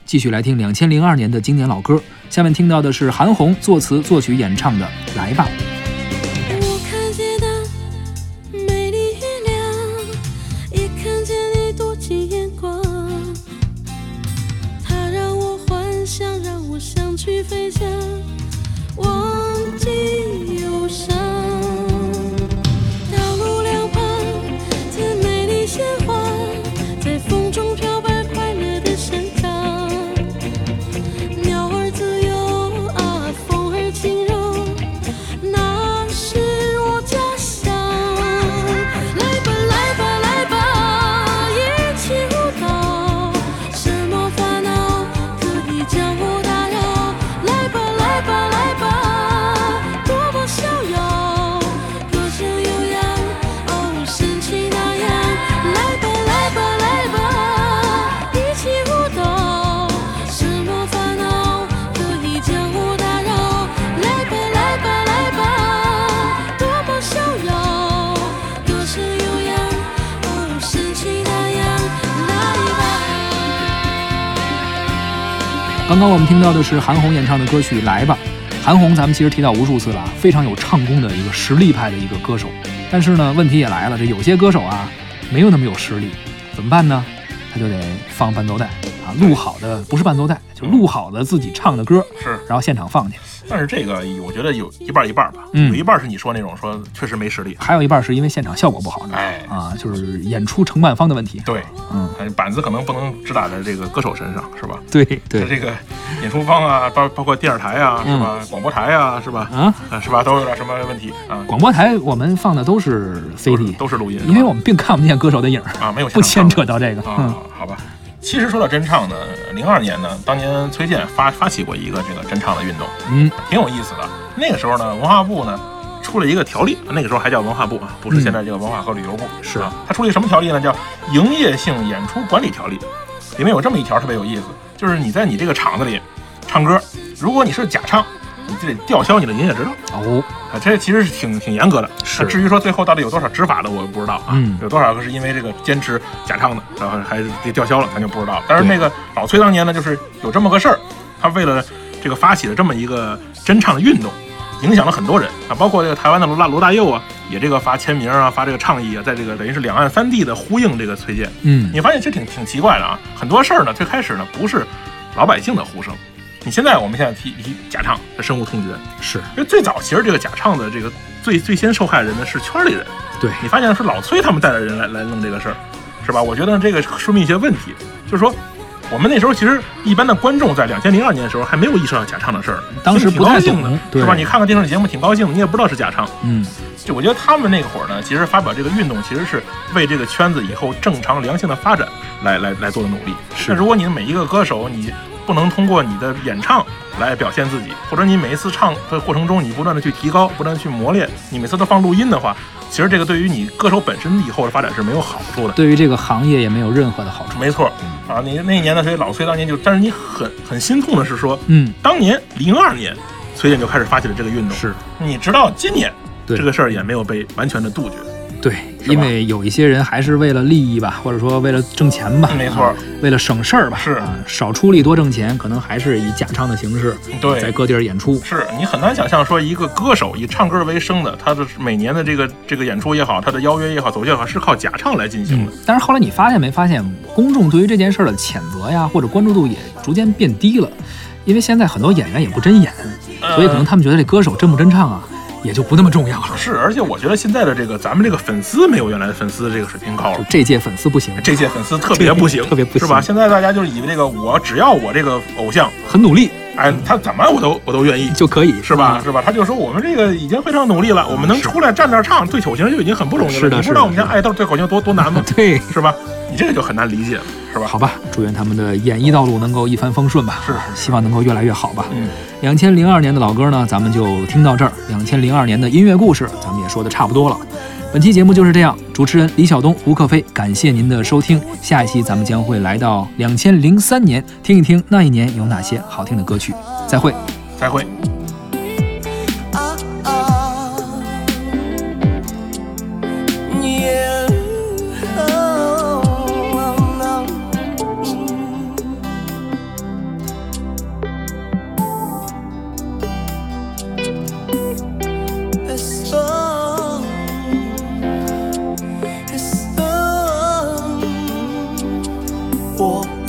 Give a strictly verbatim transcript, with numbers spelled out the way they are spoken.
继续来听两千零二年的经典老歌。下面听到的是韩红作词作曲演唱的《来吧》。 我看见的美丽月亮，也看见你多情眼光，它让我幻想，让我想去飞翔，忘记忧伤。道路两旁的美丽鲜花，在风中飘摆，快乐的生长。鸟儿自由啊，风儿轻柔，那是我家乡。来吧来吧来吧，一起舞蹈，什么烦恼可以将我打扰？来吧来吧来吧，多么逍遥，歌声悠扬，哦，深情那样。来吧来吧来吧，一起舞蹈，什么烦恼可以将我打扰？来吧来吧来吧，多么逍遥，歌声悠扬，哦，深情那样。来吧。 刚刚我们听到的是韩红演唱的歌曲《来吧》。韩红咱们其实提到无数次了，非常有唱功的一个实力派的一个歌手。但是呢，问题也来了，这有些歌手啊没有那么有实力，怎么办呢？他就得放伴奏带啊，录好的不是伴奏带，就录好的自己唱的歌， 是， 然后现场放去。 但是这个我觉得有一半一半吧， 嗯有一半是你说那种说确实没实力， 还有一半是因为现场效果不好， 哎啊，就是演出承办方的问题。 对， 嗯， 板子可能不能只打在这个歌手身上，是吧？ 对对， 这个演出方啊，包包括电视台啊，是吧？广播台啊，是吧？ 啊， 是吧？都有点什么问题啊？ 广播台我们放的都是 C D， 都是录音， 因为我们并看不见歌手的影啊，没有不牵扯到这个啊、嗯。好吧，其实说到真唱呢，零二年呢，当年崔健发发起过一个这个真唱的运动， 嗯， 挺有意思的。那个时候呢，文化部呢出了一个条例，那个时候还叫文化部啊，不是现在这个文化和旅游部。 是啊，他出了一个什么条例呢？叫营业性演出管理条例。里面有这么一条特别有意思，就是你在你这个场子里唱歌，如果你是假唱，你就得吊销你的营业执照。 哦， 啊，这其实是挺挺严格的。 是， 至于说最后到底有多少执法的，我不知道啊。 嗯， 有多少个是因为这个坚持假唱的，然后还是给吊销了，咱就不知道。但是那个老崔当年呢，就是有这么个事儿，他为了这个发起了这么一个真唱的运动，影响了很多人啊，包括这个台湾的罗大罗大佑啊，也这个发签名啊，发这个倡议啊，在这个等于是两岸三地的呼应这个崔健。 嗯， 你发现这挺挺奇怪的啊，很多事儿呢，最开始呢不是老百姓的呼声。你现在我们现在提提假唱，深恶痛绝。 是因为最早其实这个假唱的这个最最先受害人的是圈里人。 对， 你发现是老崔他们带着人来来弄这个事儿，是吧？我觉得这个说明一些问题，就是说我们那时候其实一般的观众在两千零二年的时候还没有意识到假唱的事儿， 当时不太懂的，是吧？你看看电视节目挺高兴，你也不知道是假唱。 嗯， 就我觉得他们那个会儿呢，其实发表这个运动，其实是为这个圈子以后正常良性的发展来来来做的努力。 是， 那如果你每一个歌手你不能通过你的演唱来表现自己，或者你每一次唱的过程中你不断的去提高，不断的去磨练，你每次都放录音的话，其实这个对于你歌手本身以后的发展是没有好处的， 对于这个行业也没有任何的好处。 没错啊，你那一年的所以老崔当年就，但是你很很心痛的是说， 嗯， 当年零二年崔健就开始发起了这个运动， 是你直到今年对这个事儿也没有被完全的杜绝。 对，因为有一些人还是为了利益吧，或者说为了挣钱吧， 没错、 啊，为了省事儿吧， 是、 啊、少出力多挣钱，可能还是以假唱的形式， 对， 在各地儿演出。 是你很难想象说一个歌手以唱歌为生的，他的每年的这个这个演出也好，他的邀约也好，走秀也好，是靠假唱来进行的。 嗯、但是后来你发现没发现，公众对于这件事的谴责呀，或者关注度也逐渐变低了，因为现在很多演员也不真演， 呃、 所以可能他们觉得这歌手真不真唱啊，也就不那么重要了。 是，而且我觉得现在的这个咱们这个粉丝没有原来的粉丝这个水平高了。 这届粉丝不行， 这届粉丝特别不行， 特别不行， 是吧？现在大家就是以为这个我只要我这个偶像很努力， 哎，他怎么我都我都愿意就可以， 是吧？ 嗯、 是吧？他就说我们这个已经非常努力了，我们能出来站那唱对口型就已经很不容易了。 是的， 你不知道我们家爱豆对口型多多难吗？ 对， 是吧？你这个就很难理解了，是吧？ 好吧，祝愿他们的演艺道路能够一帆风顺吧。 是， 希望能够越来越好吧。 嗯， 两千零二年的老歌呢，咱们就听到这儿。两千零二年的音乐故事，咱们也说的差不多了。本期节目就是这样，主持人李晓东、吴克飞，感谢您的收听。下一期咱们将会来到两千零三年，听一听那一年有哪些好听的歌曲。再会， 再会。 活。